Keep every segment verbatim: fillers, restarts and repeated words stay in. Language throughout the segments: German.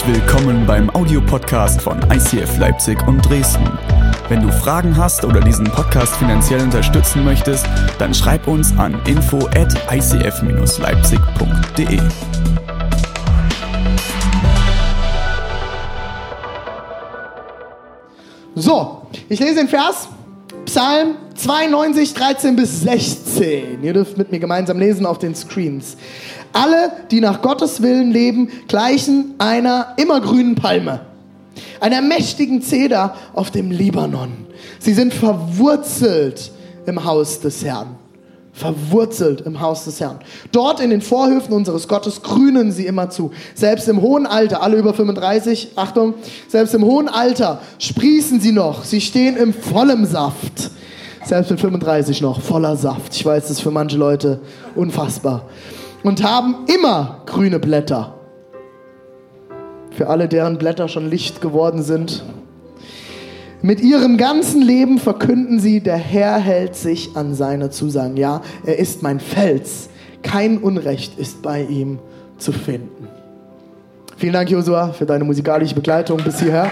Herzlich willkommen beim Audiopodcast von I C F Leipzig und Dresden. Wenn du Fragen hast oder diesen Podcast finanziell unterstützen möchtest, dann schreib uns an info at i c f dash leipzig punkt d e. So, ich lese den Vers, Psalm zweiundneunzig, dreizehn bis sechzehn. Ihr dürft mit mir gemeinsam lesen auf den Screens. Alle, die nach Gottes Willen leben, gleichen einer immergrünen Palme, einer mächtigen Zeder auf dem Libanon. Sie sind verwurzelt im Haus des Herrn. Verwurzelt im Haus des Herrn. Dort in den Vorhöfen unseres Gottes grünen sie immerzu. Selbst im hohen Alter, alle über fünfunddreißig, Achtung, selbst im hohen Alter sprießen sie noch. Sie stehen im vollem Saft. Selbst mit fünfunddreißig noch, voller Saft. Ich weiß, das ist für manche Leute unfassbar. Und haben immer grüne Blätter. Für alle, deren Blätter schon licht geworden sind. Mit ihrem ganzen Leben verkünden sie, der Herr hält sich an seine Zusagen. Ja, er ist mein Fels. Kein Unrecht ist bei ihm zu finden. Vielen Dank, Josua, für deine musikalische Begleitung bis hierher.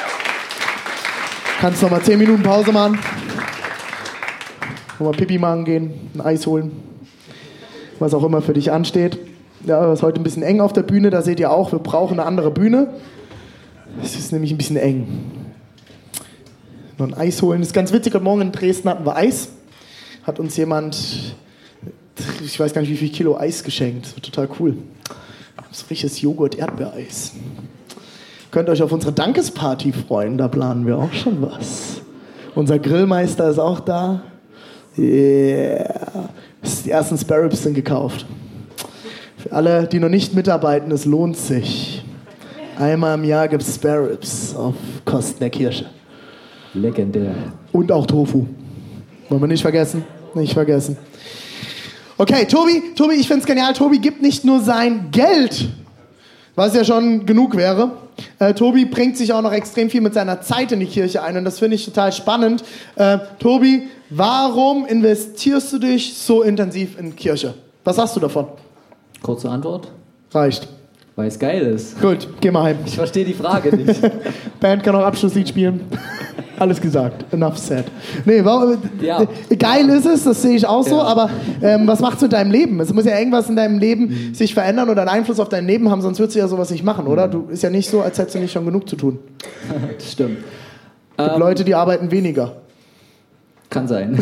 Kannst noch mal zehn Minuten Pause machen. Noch mal Pipi machen gehen, ein Eis holen. Was auch immer für dich ansteht. Ja, es ist heute ein bisschen eng auf der Bühne. Da seht ihr auch, wir brauchen eine andere Bühne. Es ist nämlich ein bisschen eng. Noch ein Eis holen. Das ist ganz witzig. Heute Morgen in Dresden hatten wir Eis. Hat uns jemand, ich weiß gar nicht wie viel Kilo Eis geschenkt. Das war total cool. Das ist richtiges Joghurt-Erdbeereis. Könnt euch auf unsere Dankesparty freuen. Da planen wir auch schon was. Unser Grillmeister ist auch da. Yeah. Die ersten Sparrows sind gekauft. Für alle, die noch nicht mitarbeiten, es lohnt sich. Einmal im Jahr gibt es Sparrows auf Kosten der Kirche. Legendär. Und auch Tofu. Wollen wir nicht vergessen? Nicht vergessen. Okay, Tobi, Tobi, ich finde es genial. Tobi gibt nicht nur sein Geld, was ja schon genug wäre. Äh, Tobi bringt sich auch noch extrem viel mit seiner Zeit in die Kirche ein und das finde ich total spannend. Äh, Tobi, warum investierst du dich so intensiv in Kirche? Was hast du davon? Kurze Antwort. Reicht. Weil es geil ist. Gut, geh mal heim. Ich verstehe die Frage nicht. Band kann auch Abschlusslied spielen. Alles gesagt. Enough said. Nee, warum, ja. Geil ist es, das sehe ich auch so, ja. aber ähm, was macht's mit deinem Leben? Es muss ja irgendwas in deinem Leben mhm. sich verändern oder einen Einfluss auf dein Leben haben, sonst würdest du ja sowas nicht machen, oder? Du ist ja nicht so, als hättest du nicht schon genug zu tun. Das stimmt. Es gibt ähm, Leute, die arbeiten weniger. Kann sein.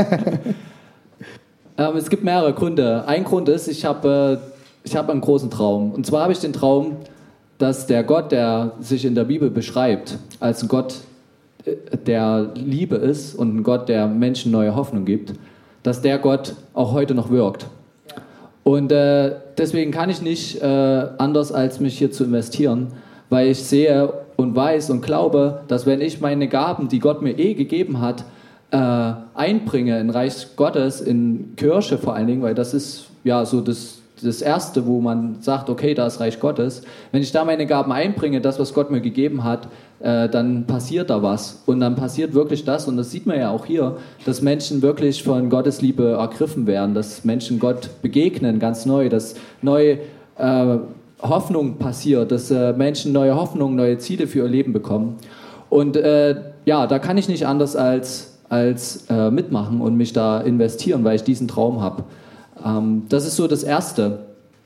ähm, es gibt mehrere Gründe. Ein Grund ist, ich habe äh, ich habe einen großen Traum. Und zwar habe ich den Traum, dass der Gott, der sich in der Bibel beschreibt, als ein Gott, der Liebe ist und ein Gott, der Menschen neue Hoffnung gibt, dass der Gott auch heute noch wirkt. Und äh, deswegen kann ich nicht äh, anders, als mich hier zu investieren, weil ich sehe und weiß und glaube, dass wenn ich meine Gaben, die Gott mir eh gegeben hat, äh, einbringe in Reich Gottes, in Kirche vor allen Dingen, weil das ist ja so das das Erste, wo man sagt, okay, da ist Reich Gottes. Wenn ich da meine Gaben einbringe, das, was Gott mir gegeben hat, äh, dann passiert da was. Und dann passiert wirklich das, und das sieht man ja auch hier, dass Menschen wirklich von Gottes Liebe ergriffen werden, dass Menschen Gott begegnen, ganz neu, dass neue äh, Hoffnung passiert, dass äh, Menschen neue Hoffnung, neue Ziele für ihr Leben bekommen. Und äh, ja, da kann ich nicht anders als, als äh, mitmachen und mich da investieren, weil ich diesen Traum habe. Das ist so das Erste.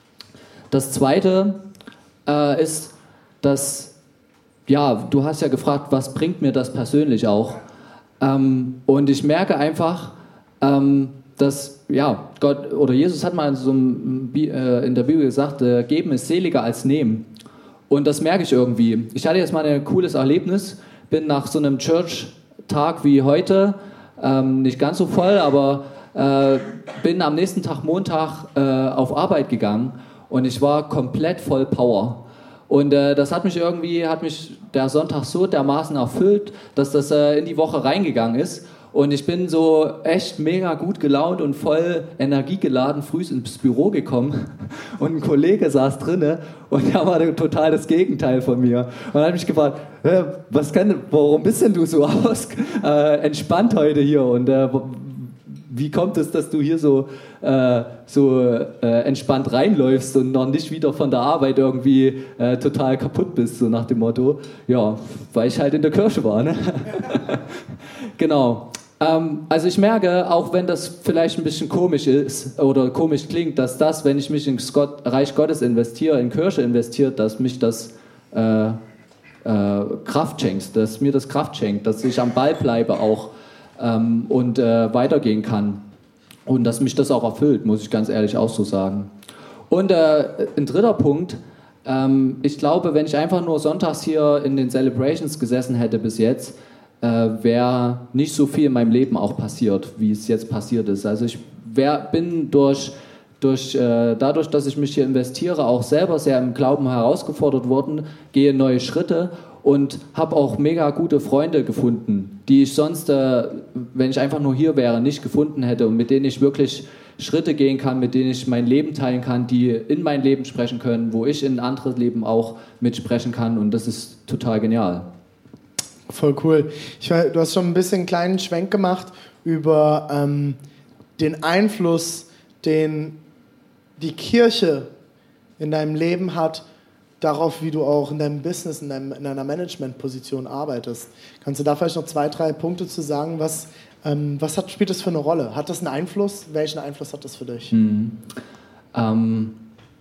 Das Zweite äh, ist, dass, ja, du hast ja gefragt, was bringt mir das persönlich auch? Ähm, und ich merke einfach, ähm, dass, ja, Gott oder Jesus hat mal in, so einem, äh, in der Bibel gesagt, äh, geben ist seliger als nehmen. Und das merke ich irgendwie. Ich hatte jetzt mal ein cooles Erlebnis, bin nach so einem Church-Tag wie heute, ähm, nicht ganz so voll, aber Äh, bin am nächsten Tag Montag äh, auf Arbeit gegangen und ich war komplett voll Power. Und äh, das hat mich irgendwie, hat mich der Sonntag so dermaßen erfüllt, dass das äh, in die Woche reingegangen ist. Und ich bin so echt mega gut gelaunt und voll energiegeladen früh ins Büro gekommen. Und ein Kollege saß drinne und der war total das Gegenteil von mir. Und dann hat mich gefragt, äh, was kann, warum bist denn du so aus, äh, entspannt heute hier? Und äh, wie kommt es, dass du hier so, äh, so äh, entspannt reinläufst und noch nicht wieder von der Arbeit irgendwie äh, total kaputt bist, so nach dem Motto, ja, weil ich halt in der Kirche war, ne? Genau. Ähm, also ich merke, auch wenn das vielleicht ein bisschen komisch ist oder komisch klingt, dass das, wenn ich mich ins Gott, Reich Gottes investiere, in Kirche investiere, dass mich das äh, äh, Kraft schenkt, dass mir das Kraft schenkt, dass ich am Ball bleibe auch ähm, und äh, weitergehen kann und dass mich das auch erfüllt, muss ich ganz ehrlich auch so sagen. Und äh, ein dritter Punkt, ähm, ich glaube, wenn ich einfach nur sonntags hier in den Celebrations gesessen hätte bis jetzt, äh, wäre nicht so viel in meinem Leben auch passiert, wie es jetzt passiert ist. Also ich wär, bin durch, durch, äh, dadurch, dass ich mich hier investiere, auch selber sehr im Glauben herausgefordert worden, gehe neue Schritte und habe auch mega gute Freunde gefunden, die ich sonst, äh, wenn ich einfach nur hier wäre, nicht gefunden hätte und mit denen ich wirklich Schritte gehen kann, mit denen ich mein Leben teilen kann, die in mein Leben sprechen können, wo ich in anderes Leben auch mitsprechen kann, und das ist total genial. Voll cool. Ich weiß, du hast schon ein bisschen einen kleinen Schwenk gemacht über ähm, den Einfluss, den die Kirche in deinem Leben hat, darauf, wie du auch in deinem Business, in, deinem, in deiner Managementposition arbeitest. Kannst du da vielleicht noch zwei, drei Punkte zu sagen? Was, ähm, was hat, spielt das für eine Rolle? Hat das einen Einfluss? Welchen Einfluss hat das für dich? Mhm. Ähm,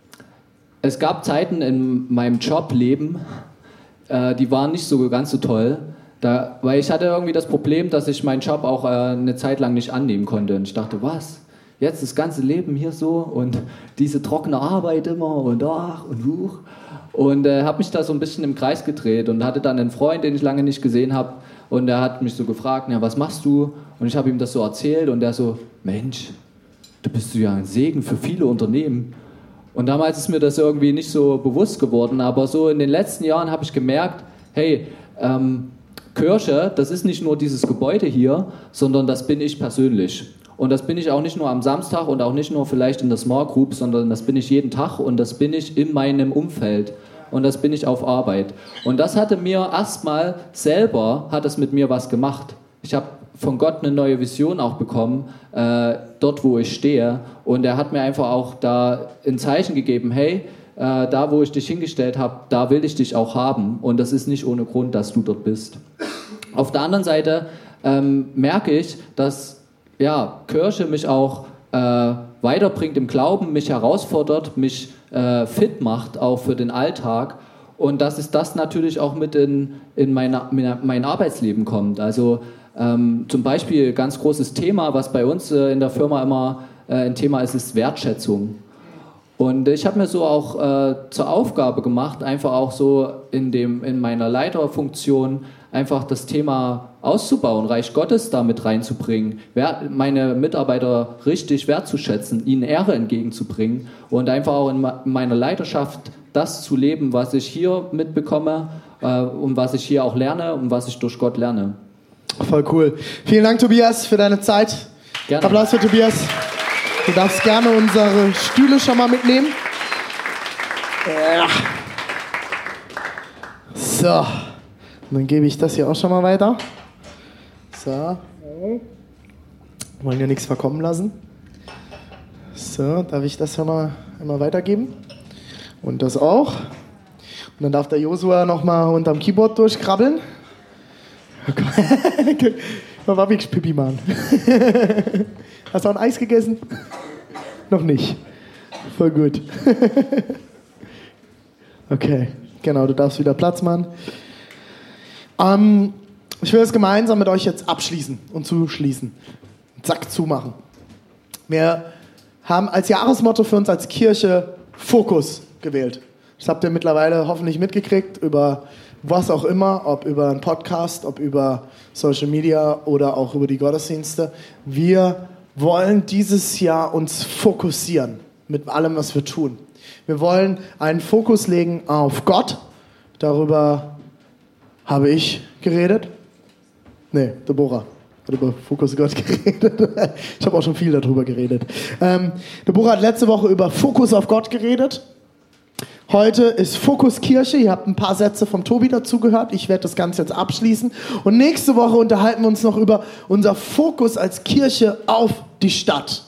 es gab Zeiten in meinem Jobleben, äh, die waren nicht so ganz so toll. Da, weil ich hatte irgendwie das Problem, dass ich meinen Job auch äh, eine Zeit lang nicht annehmen konnte. Und ich dachte, was? Jetzt das ganze Leben hier so und diese trockene Arbeit immer und ach und huch. Und äh, habe mich da so ein bisschen im Kreis gedreht und hatte dann einen Freund, den ich lange nicht gesehen habe. Und der hat mich so gefragt, ja, was machst du? Und ich habe ihm das so erzählt und der so, Mensch, du bist ja ein Segen für viele Unternehmen. Und damals ist mir das irgendwie nicht so bewusst geworden. Aber so in den letzten Jahren habe ich gemerkt, hey, ähm, Kirche, das ist nicht nur dieses Gebäude hier, sondern das bin ich persönlich. Und das bin ich auch nicht nur am Samstag und auch nicht nur vielleicht in der Small Group, sondern das bin ich jeden Tag und das bin ich in meinem Umfeld und das bin ich auf Arbeit. Und das hatte mir erstmal selber, hat es mit mir was gemacht. Ich habe von Gott eine neue Vision auch bekommen, äh, dort wo ich stehe, und er hat mir einfach auch da ein Zeichen gegeben, hey, äh, da wo ich dich hingestellt habe, da will ich dich auch haben, und das ist nicht ohne Grund, dass du dort bist. Auf der anderen Seite ähm, merke ich, dass ja, Kirche mich auch äh, weiterbringt im Glauben, mich herausfordert, mich äh, fit macht, auch für den Alltag, und dass es das natürlich auch mit in, in meine, mein Arbeitsleben kommt. Also ähm, zum Beispiel ganz großes Thema, was bei uns äh, in der Firma immer äh, ein Thema ist, ist Wertschätzung. Und ich habe mir so auch äh, zur Aufgabe gemacht, einfach auch so in, dem, in meiner Leiterfunktion einfach das Thema auszubauen, Reich Gottes damit reinzubringen, meine Mitarbeiter richtig wertzuschätzen, ihnen Ehre entgegenzubringen und einfach auch in meiner Leiterschaft das zu leben, was ich hier mitbekomme äh, und was ich hier auch lerne und was ich durch Gott lerne. Voll cool. Vielen Dank, Tobias, für deine Zeit. Gerne. Applaus für Tobias. Du darfst gerne unsere Stühle schon mal mitnehmen. Ja. So. Und dann gebe ich das hier auch schon mal weiter. So. Wollen ja nichts verkommen lassen. So, darf ich das schon mal einmal weitergeben? Und das auch. Und dann darf der Josua noch mal unterm Keyboard durchkrabbeln. Mal war wirklich Pipi, Mann. Hast du auch ein Eis gegessen? Noch nicht. Voll gut. Okay, genau, du darfst wieder Platz machen. Ähm, ich will das gemeinsam mit euch jetzt abschließen und zuschließen. Zack, zumachen. Wir haben als Jahresmotto für uns als Kirche Fokus gewählt. Das habt ihr mittlerweile hoffentlich mitgekriegt über was auch immer, ob über einen Podcast, ob über Social Media oder auch über die Gottesdienste. Wir wollen dieses Jahr uns fokussieren mit allem, was wir tun. Wir wollen einen Fokus legen auf Gott. Darüber habe ich geredet. Nee, Deborah hat über Fokus Gott geredet. Ich habe auch schon viel darüber geredet. Ähm, Deborah hat letzte Woche über Fokus auf Gott geredet. Heute ist Fokus Kirche. Ihr habt ein paar Sätze vom Tobi dazu gehört. Ich werde das Ganze jetzt abschließen. Und nächste Woche unterhalten wir uns noch über unser Fokus als Kirche auf die Stadt.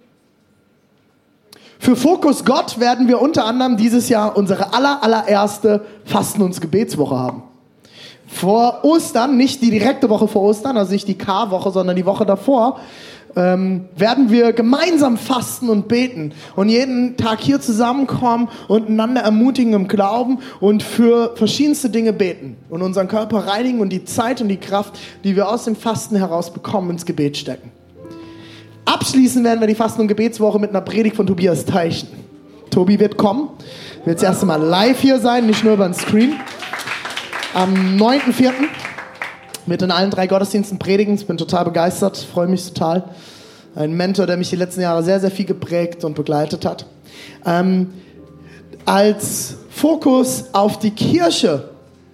Für Fokus Gott werden wir unter anderem dieses Jahr unsere aller, allererste Fasten- und Gebetswoche haben. Vor Ostern, nicht die direkte Woche vor Ostern, also nicht die Karwoche, sondern die Woche davor, ähm, werden wir gemeinsam fasten und beten und jeden Tag hier zusammenkommen und einander ermutigen im Glauben und für verschiedenste Dinge beten und unseren Körper reinigen und die Zeit und die Kraft, die wir aus dem Fasten heraus bekommen, ins Gebet stecken. Abschließen werden wir die Fasten- und Gebetswoche mit einer Predigt von Tobias Teichen. Tobi wird kommen, wird das erste Mal live hier sein, nicht nur über den Screen. Am neunten vierten wird in allen drei Gottesdiensten predigen. Ich bin total begeistert, freue mich total. Ein Mentor, der mich die letzten Jahre sehr, sehr viel geprägt und begleitet hat. Ähm, als Fokus auf die Kirche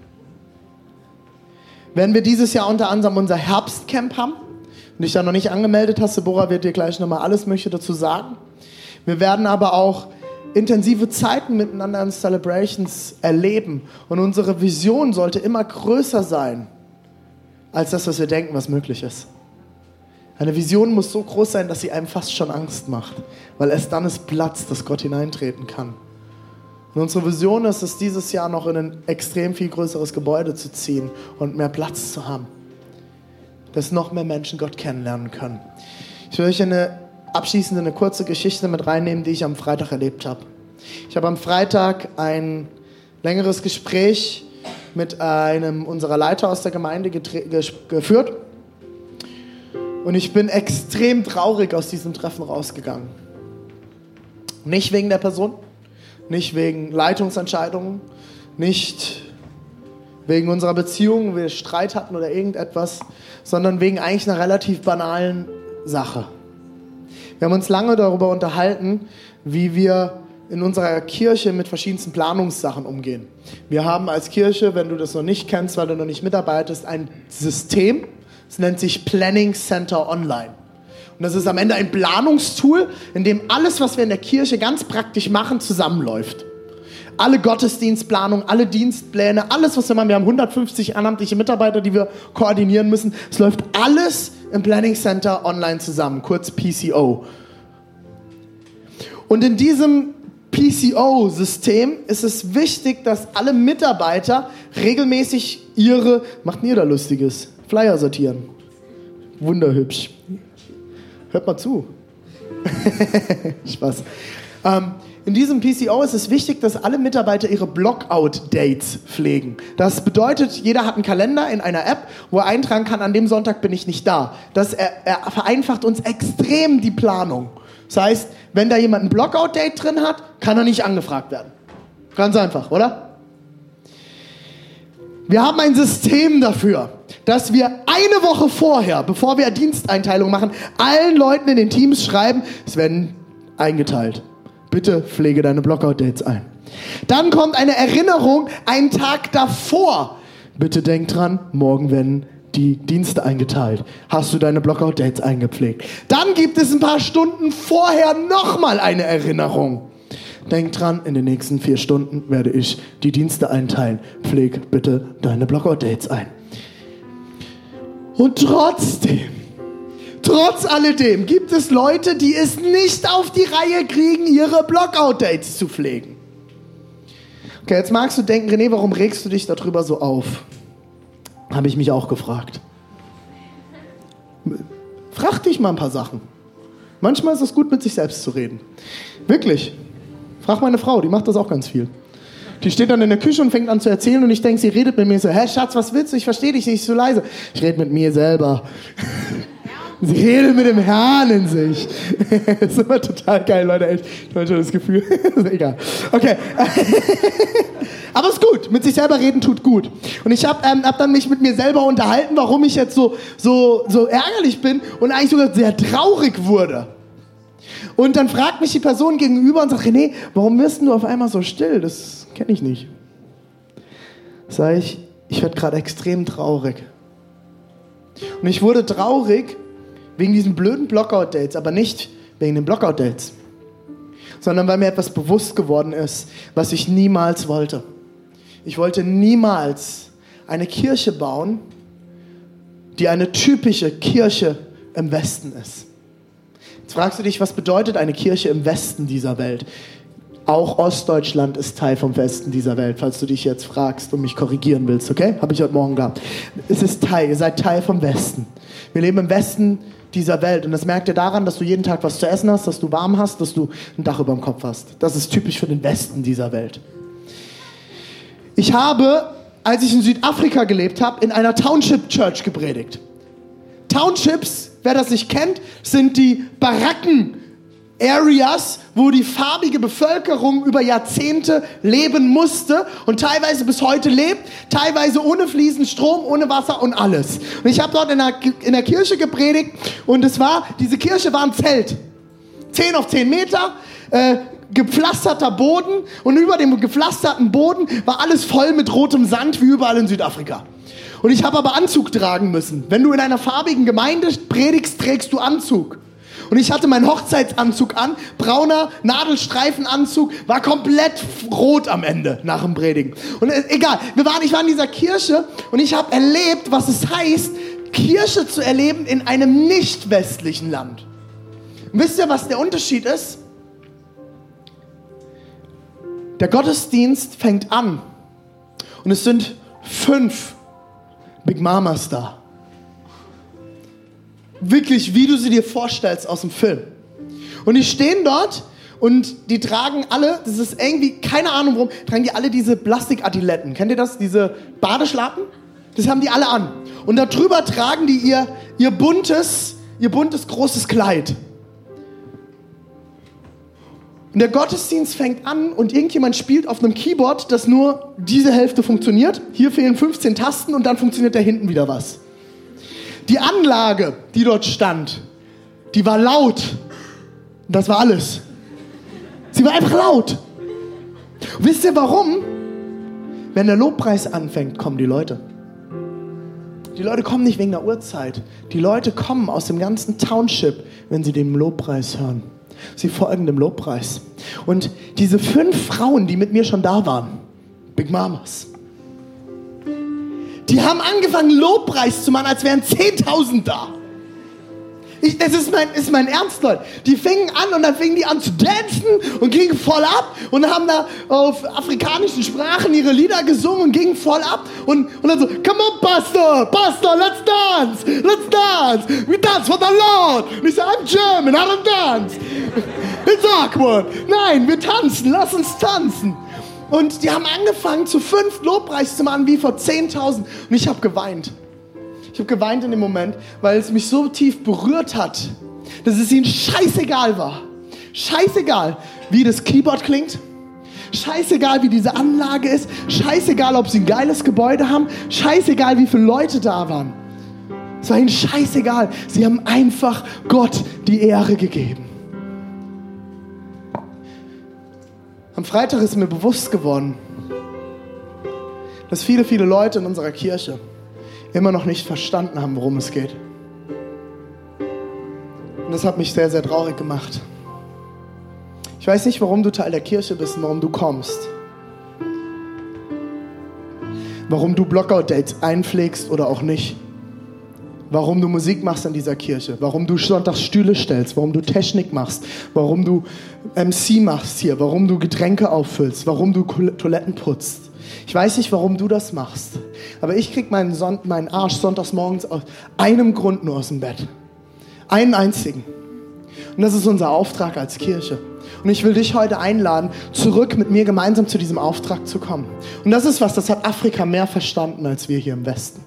werden wir dieses Jahr unter anderem unser Herbstcamp haben. Wenn du dich da noch nicht angemeldet hast, Deborah wird dir gleich nochmal alles Mögliche dazu sagen. Wir werden aber auch intensive Zeiten miteinander in Celebrations erleben. Und unsere Vision sollte immer größer sein, als das, was wir denken, was möglich ist. Eine Vision muss so groß sein, dass sie einem fast schon Angst macht, weil erst dann ist Platz, dass Gott hineintreten kann. Und unsere Vision ist es, dieses Jahr noch in ein extrem viel größeres Gebäude zu ziehen und mehr Platz zu haben, dass noch mehr Menschen Gott kennenlernen können. Ich will euch eine abschließend eine kurze Geschichte mit reinnehmen, die ich am Freitag erlebt habe. Ich habe am Freitag ein längeres Gespräch mit einem unserer Leiter aus der Gemeinde getre- ge- geführt und ich bin extrem traurig aus diesem Treffen rausgegangen. Nicht wegen der Person, nicht wegen Leitungsentscheidungen, nicht wegen unserer Beziehung, wir Streit hatten oder irgendetwas, sondern wegen eigentlich einer relativ banalen Sache. Wir haben uns lange darüber unterhalten, wie wir in unserer Kirche mit verschiedensten Planungssachen umgehen. Wir haben als Kirche, wenn du das noch nicht kennst, weil du noch nicht mitarbeitest, ein System, das nennt sich Planning Center Online. Und das ist am Ende ein Planungstool, in dem alles, was wir in der Kirche ganz praktisch machen, zusammenläuft. Alle Gottesdienstplanung, alle Dienstpläne, alles, was wir machen. Wir haben hundertfünfzig ehrenamtliche Mitarbeiter, die wir koordinieren müssen. Es läuft alles im Planning Center online zusammen, kurz P C O. Und in diesem P C O-System ist es wichtig, dass alle Mitarbeiter regelmäßig ihre, macht ihr da Lustiges, Flyer sortieren. Wunderhübsch. Hört mal zu. Spaß. Ähm, In diesem P C O ist es wichtig, dass alle Mitarbeiter ihre Blockout-Dates pflegen. Das bedeutet, jeder hat einen Kalender in einer App, wo er eintragen kann, an dem Sonntag bin ich nicht da. Das er, er vereinfacht uns extrem die Planung. Das heißt, wenn da jemand ein Blockout-Date drin hat, kann er nicht angefragt werden. Ganz einfach, oder? Wir haben ein System dafür, dass wir eine Woche vorher, bevor wir Diensteinteilung machen, allen Leuten in den Teams schreiben, es werden eingeteilt. Bitte pflege deine Blockout-Dates ein. Dann kommt eine Erinnerung einen Tag davor. Bitte denk dran, morgen werden die Dienste eingeteilt. Hast du deine Blockout-Dates eingepflegt? Dann gibt es ein paar Stunden vorher nochmal eine Erinnerung. Denk dran, in den nächsten vier Stunden werde ich die Dienste einteilen. Pfleg bitte deine Blockout-Dates ein. Und trotzdem, trotz alledem gibt es Leute, die es nicht auf die Reihe kriegen, ihre Blockout-Dates zu pflegen. Okay, jetzt magst du denken, René, warum regst du dich darüber so auf? Habe ich mich auch gefragt. Frag dich mal ein paar Sachen. Manchmal ist es gut, mit sich selbst zu reden. Wirklich. Frag meine Frau, die macht das auch ganz viel. Die steht dann in der Küche und fängt an zu erzählen und ich denke, sie redet mit mir so, hä Schatz, was willst du? Ich verstehe dich nicht so leise. Ich rede mit mir selber. Sie redet mit dem Herrn in sich. Das ist immer total geil, Leute. Echt. Ich habe schon das Gefühl. Ist egal. Okay. Aber ist gut. Mit sich selber reden tut gut. Und ich habe ähm, hab dann mich mit mir selber unterhalten, warum ich jetzt so, so, so ärgerlich bin und eigentlich sogar sehr traurig wurde. Und dann fragt mich die Person gegenüber und sagt, René, warum wirst du auf einmal so still? Das kenne ich nicht. Sag ich, ich werde gerade extrem traurig. Und ich wurde traurig wegen diesen blöden Blockout-Dates, aber nicht wegen den Blockout-Dates, sondern weil mir etwas bewusst geworden ist, was ich niemals wollte. Ich wollte niemals eine Kirche bauen, die eine typische Kirche im Westen ist. Jetzt fragst du dich, was bedeutet eine Kirche im Westen dieser Welt? Auch Ostdeutschland ist Teil vom Westen dieser Welt, falls du dich jetzt fragst und mich korrigieren willst, okay? Habe ich heute Morgen gehabt. Es ist Teil, ihr seid Teil vom Westen. Wir leben im Westen dieser Welt und das merkt ihr daran, dass du jeden Tag was zu essen hast, dass du warm hast, dass du ein Dach über dem Kopf hast. Das ist typisch für den Westen dieser Welt. Ich habe, als ich in Südafrika gelebt habe, in einer Township Church gepredigt. Townships, wer das nicht kennt, sind die Baracken-Areas, wo die farbige Bevölkerung über Jahrzehnte leben musste und teilweise bis heute lebt, teilweise ohne fließend Strom, ohne Wasser und alles. Und ich habe dort in der, in der Kirche gepredigt und es war, diese Kirche war ein Zelt. zehn auf zehn Meter, äh, gepflasterter Boden und über dem gepflasterten Boden war alles voll mit rotem Sand, wie überall in Südafrika. Und ich habe aber Anzug tragen müssen. Wenn du in einer farbigen Gemeinde predigst, trägst du Anzug. Und ich hatte meinen Hochzeitsanzug an, brauner Nadelstreifenanzug, war komplett rot am Ende nach dem Predigen. Und äh, egal, wir waren, ich war in dieser Kirche und ich habe erlebt, was es heißt, Kirche zu erleben in einem nicht westlichen Land. Und wisst ihr, was der Unterschied ist? Der Gottesdienst fängt an und es sind fünf Big Mamas da. Wirklich, wie du sie dir vorstellst aus dem Film. Und die stehen dort und die tragen alle, das ist irgendwie, keine Ahnung warum, tragen die alle diese Plastikadiletten. Kennt ihr das? Diese Badeschlappen? Das haben die alle an. Und darüber tragen die ihr, ihr buntes, ihr buntes großes Kleid. Und der Gottesdienst fängt an und irgendjemand spielt auf einem Keyboard, das nur diese Hälfte funktioniert. Hier fehlen fünfzehn Tasten und dann funktioniert da hinten wieder was. Die Anlage, die dort stand, die war laut. Das war alles. Sie war einfach laut. Und wisst ihr warum? Wenn der Lobpreis anfängt, kommen die Leute. Die Leute kommen nicht wegen der Uhrzeit. Die Leute kommen aus dem ganzen Township, wenn sie den Lobpreis hören. Sie folgen dem Lobpreis. Und diese fünf Frauen, die mit mir schon da waren, Big Mamas, die haben angefangen, Lobpreis zu machen, als wären zehntausend da. Ich, das ist mein, ist mein Ernst, Leute. Die fingen an und dann fingen die an zu dancen und gingen voll ab und haben da auf afrikanischen Sprachen ihre Lieder gesungen und gingen voll ab und, und dann so, come on, Pastor, Pastor, let's dance, let's dance, we dance for the Lord. Und ich so, I'm German, I don't dance. It's awkward. Nein, wir tanzen, lass uns tanzen. Und die haben angefangen, zu fünf Lobpreis zu machen, wie vor zehntausend. Und ich habe geweint. Ich habe geweint in dem Moment, weil es mich so tief berührt hat, dass es ihnen scheißegal war. Scheißegal, wie das Keyboard klingt. Scheißegal, wie diese Anlage ist. Scheißegal, ob sie ein geiles Gebäude haben. Scheißegal, wie viele Leute da waren. Es war ihnen scheißegal. Sie haben einfach Gott die Ehre gegeben. Am Freitag ist mir bewusst geworden, dass viele, viele Leute in unserer Kirche immer noch nicht verstanden haben, worum es geht. Und das hat mich sehr, sehr traurig gemacht. Ich weiß nicht, warum du Teil der Kirche bist und warum du kommst. Warum du Blockout-Dates einpflegst oder auch nicht. Warum du Musik machst in dieser Kirche. Warum du sonntags Stühle stellst. Warum du Technik machst. Warum du M C machst hier. Warum du Getränke auffüllst. Warum du Toiletten putzt. Ich weiß nicht, warum du das machst, aber ich krieg meinen, Son- meinen Arsch sonntags morgens aus einem Grund nur aus dem Bett. Einen einzigen. Und das ist unser Auftrag als Kirche. Und ich will dich heute einladen, zurück mit mir gemeinsam zu diesem Auftrag zu kommen. Und das ist was, das hat Afrika mehr verstanden als wir hier im Westen.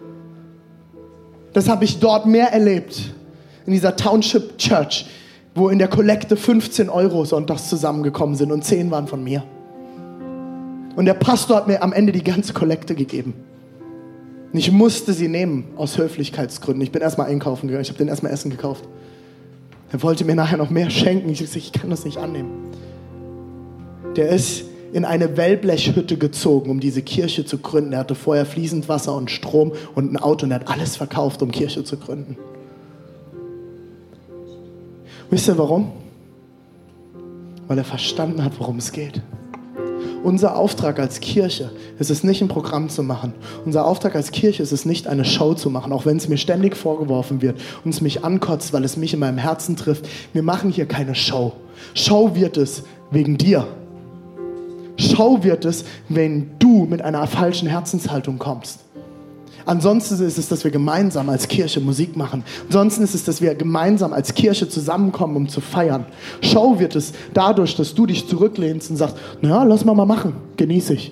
Das habe ich dort mehr erlebt, in dieser Township Church, wo in der Kollekte fünfzehn Euro sonntags zusammengekommen sind und zehn waren von mir. Und der Pastor hat mir am Ende die ganze Kollekte gegeben. Und ich musste sie nehmen, aus Höflichkeitsgründen. Ich bin erstmal einkaufen gegangen, ich habe den erstmal Essen gekauft. Er wollte mir nachher noch mehr schenken. Ich sagte, ich kann das nicht annehmen. Der ist in eine Wellblechhütte gezogen, um diese Kirche zu gründen. Er hatte vorher fließend Wasser und Strom und ein Auto und er hat alles verkauft, um Kirche zu gründen. Wisst ihr warum? Weil er verstanden hat, worum es geht. Unser Auftrag als Kirche ist es nicht, ein Programm zu machen. Unser Auftrag als Kirche ist es nicht, eine Show zu machen, auch wenn es mir ständig vorgeworfen wird und es mich ankotzt, weil es mich in meinem Herzen trifft. Wir machen hier keine Show. Show wird es wegen dir. Show wird es, wenn du mit einer falschen Herzenshaltung kommst. Ansonsten ist es, dass wir gemeinsam als Kirche Musik machen. Ansonsten ist es, dass wir gemeinsam als Kirche zusammenkommen, um zu feiern. Show wird es dadurch, dass du dich zurücklehnst und sagst, naja, lass mal mal machen, genieße ich.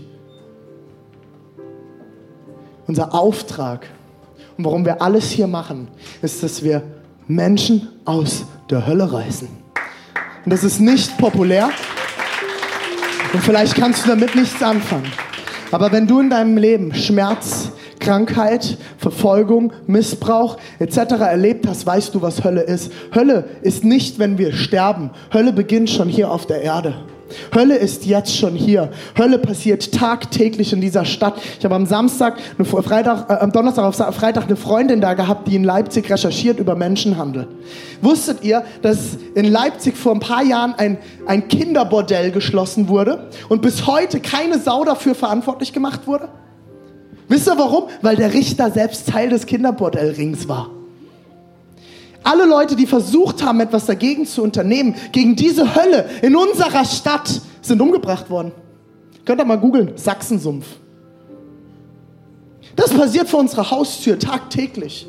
Unser Auftrag und warum wir alles hier machen, ist, dass wir Menschen aus der Hölle reißen. Und das ist nicht populär und vielleicht kannst du damit nichts anfangen. Aber wenn du in deinem Leben Schmerz, Krankheit, Verfolgung, Missbrauch et cetera erlebt hast, weißt du, was Hölle ist. Hölle ist nicht, wenn wir sterben. Hölle beginnt schon hier auf der Erde. Hölle ist jetzt schon hier. Hölle passiert tagtäglich in dieser Stadt. Ich habe am Samstag, eine Freitag, äh, am Donnerstag auf Freitag eine Freundin da gehabt, die in Leipzig recherchiert über Menschenhandel. Wusstet ihr, dass in Leipzig vor ein paar Jahren ein, ein Kinderbordell geschlossen wurde und bis heute keine Sau dafür verantwortlich gemacht wurde? Wisst ihr warum? Weil der Richter selbst Teil des Kinderbordellrings war. Alle Leute, die versucht haben, etwas dagegen zu unternehmen, gegen diese Hölle in unserer Stadt, sind umgebracht worden. Könnt ihr mal googeln, Sachsensumpf. Das passiert vor unserer Haustür tagtäglich.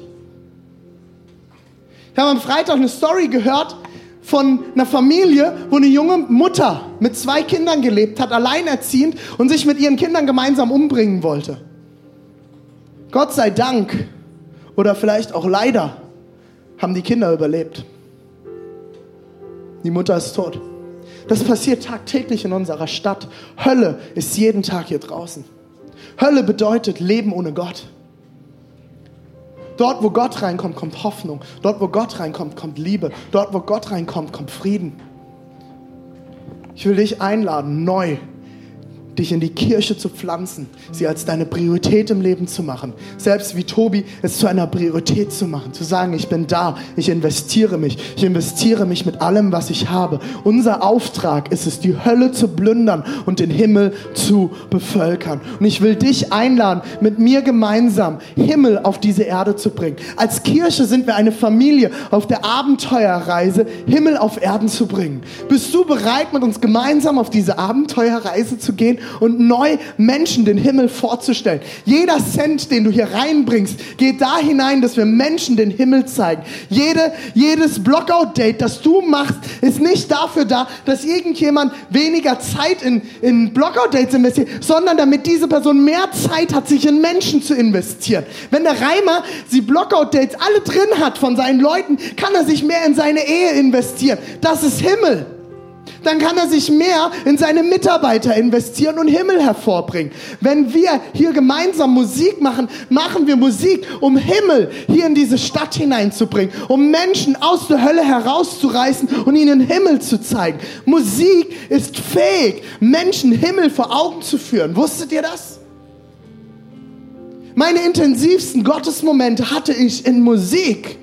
Ich habe am Freitag eine Story gehört von einer Familie, wo eine junge Mutter mit zwei Kindern gelebt hat, alleinerziehend und sich mit ihren Kindern gemeinsam umbringen wollte. Gott sei Dank, oder vielleicht auch leider, haben die Kinder überlebt. Die Mutter ist tot. Das passiert tagtäglich in unserer Stadt. Hölle ist jeden Tag hier draußen. Hölle bedeutet Leben ohne Gott. Dort, wo Gott reinkommt, kommt Hoffnung. Dort, wo Gott reinkommt, kommt Liebe. Dort, wo Gott reinkommt, kommt Frieden. Ich will dich einladen, neu dich in die Kirche zu pflanzen, sie als deine Priorität im Leben zu machen. Selbst wie Tobi, es zu einer Priorität zu machen, zu sagen, ich bin da, ich investiere mich, ich investiere mich mit allem, was ich habe. Unser Auftrag ist es, die Hölle zu plündern und den Himmel zu bevölkern. Und ich will dich einladen, mit mir gemeinsam Himmel auf diese Erde zu bringen. Als Kirche sind wir eine Familie auf der Abenteuerreise, Himmel auf Erden zu bringen. Bist du bereit, mit uns gemeinsam auf diese Abenteuerreise zu gehen und neu Menschen den Himmel vorzustellen? Jeder Cent, den du hier reinbringst, geht da hinein, dass wir Menschen den Himmel zeigen. Jede, jedes Blockout-Date, das du machst, ist nicht dafür da, dass irgendjemand weniger Zeit in, in Blockout-Dates investiert, sondern damit diese Person mehr Zeit hat, sich in Menschen zu investieren. Wenn der Reimer die Blockout-Dates alle drin hat von seinen Leuten, kann er sich mehr in seine Ehe investieren. Das ist Himmel. Dann kann er sich mehr in seine Mitarbeiter investieren und Himmel hervorbringen. Wenn wir hier gemeinsam Musik machen, machen wir Musik, um Himmel hier in diese Stadt hineinzubringen, um Menschen aus der Hölle herauszureißen und ihnen Himmel zu zeigen. Musik ist fähig, Menschen Himmel vor Augen zu führen. Wusstet ihr das? Meine intensivsten Gottesmomente hatte ich in Musik.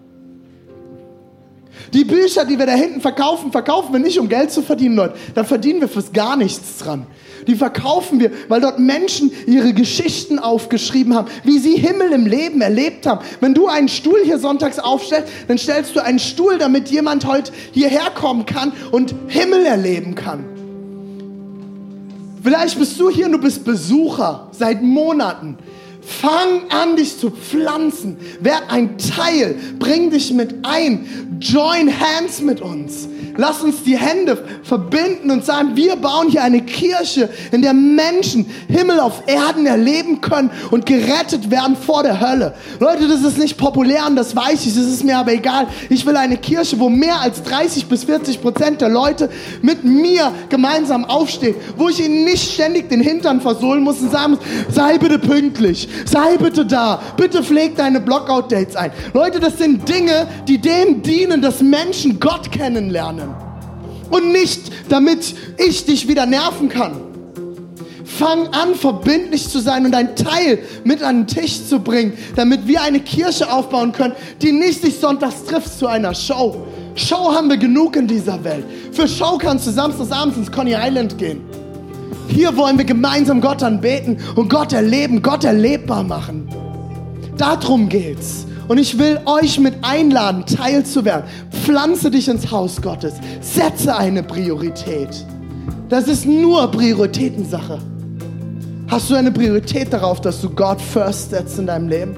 Die Bücher, die wir da hinten verkaufen, verkaufen wir nicht, um Geld zu verdienen, Leute. Da verdienen wir fast gar nichts dran. Die verkaufen wir, weil dort Menschen ihre Geschichten aufgeschrieben haben, wie sie Himmel im Leben erlebt haben. Wenn du einen Stuhl hier sonntags aufstellst, dann stellst du einen Stuhl, damit jemand heute hierher kommen kann und Himmel erleben kann. Vielleicht bist du hier und du bist Besucher seit Monaten. Fang an, dich zu pflanzen. Werd ein Teil. Bring dich mit ein. Join hands mit uns. Lass uns die Hände verbinden und sagen, wir bauen hier eine Kirche, in der Menschen Himmel auf Erden erleben können und gerettet werden vor der Hölle. Leute, das ist nicht populär und das weiß ich, das ist mir aber egal. Ich will eine Kirche, wo mehr als dreißig bis vierzig Prozent der Leute mit mir gemeinsam aufstehen, wo ich ihnen nicht ständig den Hintern versohlen muss und sagen muss, sei bitte pünktlich, sei bitte da, bitte pfleg deine Blockout-Dates ein. Leute, das sind Dinge, die dem dienen, dass Menschen Gott kennenlernen. Und nicht, damit ich dich wieder nerven kann. Fang an, verbindlich zu sein und ein Teil mit an den Tisch zu bringen, damit wir eine Kirche aufbauen können, die nicht sich sonntags trifft zu einer Show. Show haben wir genug in dieser Welt. Für Show kannst du samstagsabends ins Coney Island gehen. Hier wollen wir gemeinsam Gott anbeten und Gott erleben, Gott erlebbar machen. Darum geht's. Und ich will euch mit einladen, Teil zu werden. Pflanze dich ins Haus Gottes. Setze eine Priorität. Das ist nur Prioritätensache. Hast du eine Priorität darauf, dass du Gott first setzt in deinem Leben?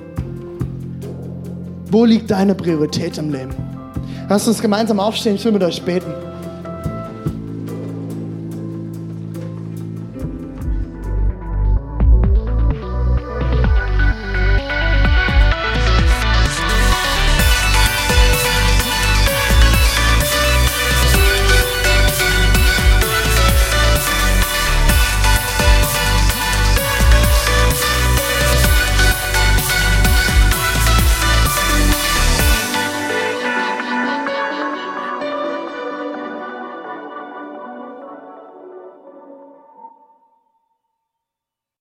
Wo liegt deine Priorität im Leben? Lasst uns gemeinsam aufstehen, ich will mit euch beten.